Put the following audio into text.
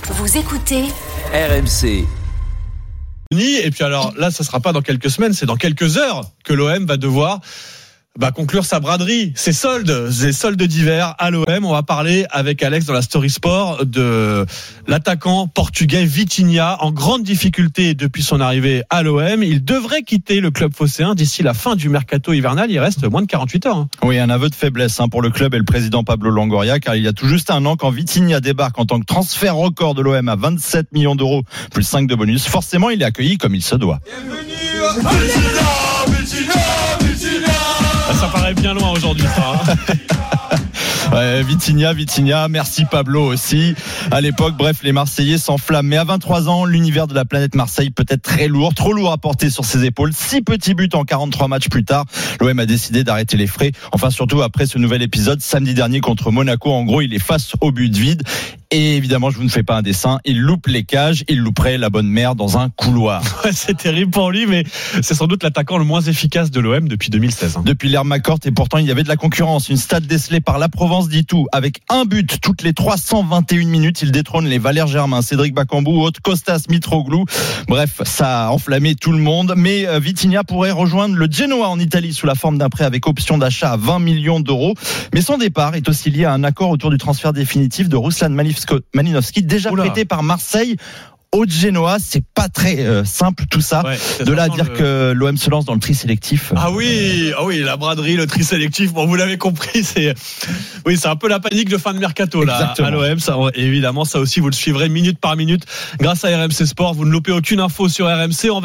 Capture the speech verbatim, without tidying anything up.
Vous écoutez R M C. Et puis alors là, ça sera pas dans quelques semaines, c'est dans quelques heures que l'O M va devoir bah, conclure sa braderie, ses soldes, ses soldes d'hiver à l'O M. On va parler avec Alex dans la Story Sport de l'attaquant portugais Vitinha, en grande difficulté depuis son arrivée à l'O M. Il devrait quitter le club phocéen d'ici la fin du mercato hivernal. Il reste moins de quarante-huit heures. Hein. Oui, un aveu de faiblesse hein, pour le club et le président Pablo Longoria, car il y a tout juste un an, quand Vitinha débarque en tant que transfert record de l'O M à vingt-sept millions d'euros plus cinq de bonus, forcément il est accueilli comme il se doit. Bienvenue Vitinha, Vitinha, Vitinha. Ça paraît bien loin aujourd'hui, ça. Hein. Ouais, Vitinha, Vitinha, merci Pablo aussi. À l'époque, bref, les Marseillais s'enflamment. Mais à vingt-trois ans, l'univers de la planète Marseille peut être très lourd, trop lourd à porter sur ses épaules. Six petits buts en quarante-trois matchs plus tard, l'O M a décidé d'arrêter les frais. Enfin, surtout après ce nouvel épisode samedi dernier contre Monaco. En gros, il est face au but vide. Et évidemment, je vous ne fais pas un dessin, il loupe les cages, il louperait la bonne mère dans un couloir. Ouais, c'est terrible pour lui, mais c'est sans doute l'attaquant le moins efficace de l'O M depuis deux mille seize. Hein. Depuis l'ère McCourt, et pourtant il y avait de la concurrence. Une stat décelée par la Provence dit tout. Avec un but toutes les trois cent vingt et une minutes, il détrône les Valère Germain, Cédric Bakambu, autres Kostas Mitroglou. Bref, ça a enflammé tout le monde. Mais Vitinha pourrait rejoindre le Genoa en Italie sous la forme d'un prêt avec option d'achat à vingt millions d'euros. Mais son départ est aussi lié à un accord autour du transfert définitif de Ruslan Malinovski, déjà Oula. prêté par Marseille au Genoa. C'est pas très euh, simple tout ça. Ouais, de là à dire le... que l'O M se lance dans le tri sélectif. Ah oui, ah oui, la braderie, le tri sélectif. Bon, vous l'avez compris, c'est oui, c'est un peu la panique de fin de mercato là. Exactement. À l'O M. Ça, évidemment, ça aussi vous le suivrez minute par minute grâce à R M C Sport. Vous ne loupez aucune info sur R M C. On va